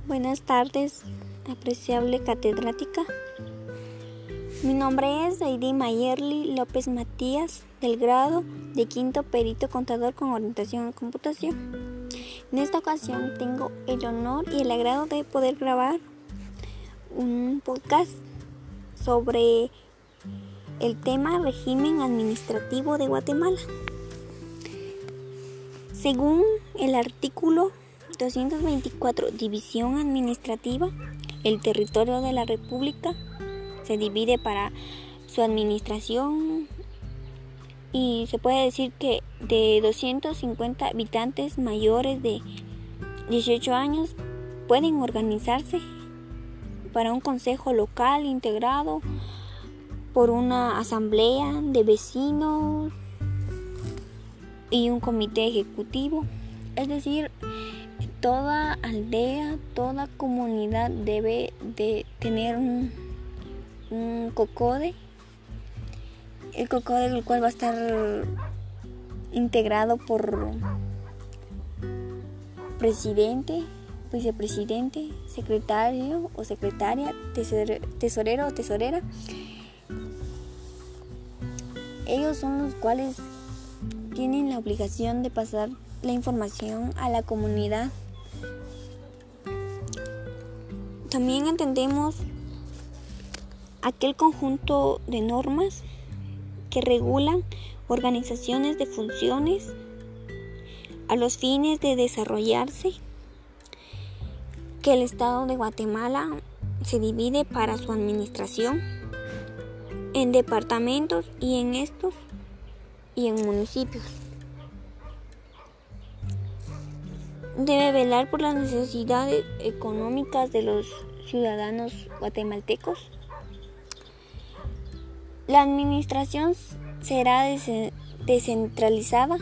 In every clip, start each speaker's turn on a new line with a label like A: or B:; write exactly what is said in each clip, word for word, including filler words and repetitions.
A: Buenas tardes, apreciable catedrática. Mi nombre es Heidi Mayerly López Matías, del grado de quinto perito contador con orientación en computación. En esta ocasión tengo el honor y el agrado de poder grabar un podcast sobre el tema régimen administrativo de Guatemala. Según el artículo doscientos veinticuatro, división administrativa, el territorio de la República se divide para su administración y se puede decir que de doscientos cincuenta habitantes mayores de dieciocho años pueden organizarse para un consejo local integrado por una asamblea de vecinos y un comité ejecutivo. Es decir, toda aldea, toda comunidad debe de tener un, un COCODE, el COCODE del cual va a estar integrado por presidente, vicepresidente, secretario o secretaria, tesorero o tesorera. Ellos son los cuales tienen la obligación de pasar la información a la comunidad. También entendemos aquel conjunto de normas que regulan organizaciones de funciones a los fines de desarrollarse, que el Estado de Guatemala se divide para su administración en departamentos y en estos y en municipios. Debe velar por las necesidades económicas de los ciudadanos guatemaltecos. La administración será descentralizada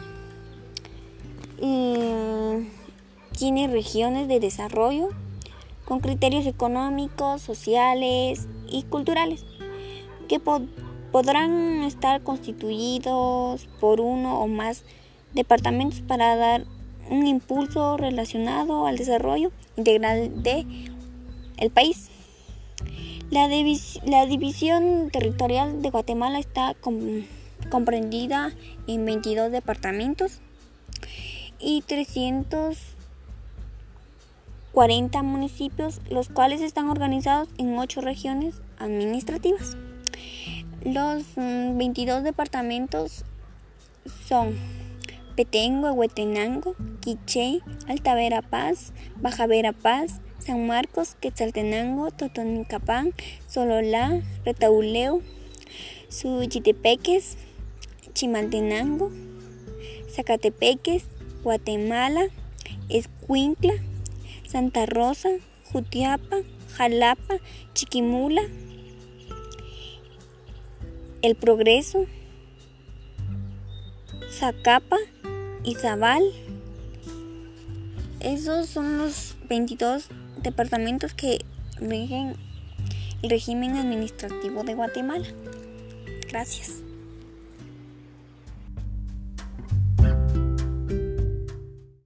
A: y tiene regiones de desarrollo con criterios económicos, sociales y culturales que pod- podrán estar constituidos por uno o más departamentos para dar un impulso relacionado al desarrollo integral de el país. La, divis- la división territorial de Guatemala está com- comprendida en veintidós departamentos y trescientos cuarenta municipios, los cuales están organizados en ocho regiones administrativas. Los mm, veintidós departamentos son Petén, Huehuetenango, Quiché, Alta Verapaz, Baja Verapaz, San Marcos, Quetzaltenango, Totonicapán, Sololá, Retauleu, Suchitepeques, Chimaltenango, Zacatepeques, Guatemala, Escuintla, Santa Rosa, Jutiapa, Jalapa, Chiquimula, El Progreso, Zacapa, Izabal. Esos son los veintidós departamentos que rigen el régimen administrativo de Guatemala. Gracias.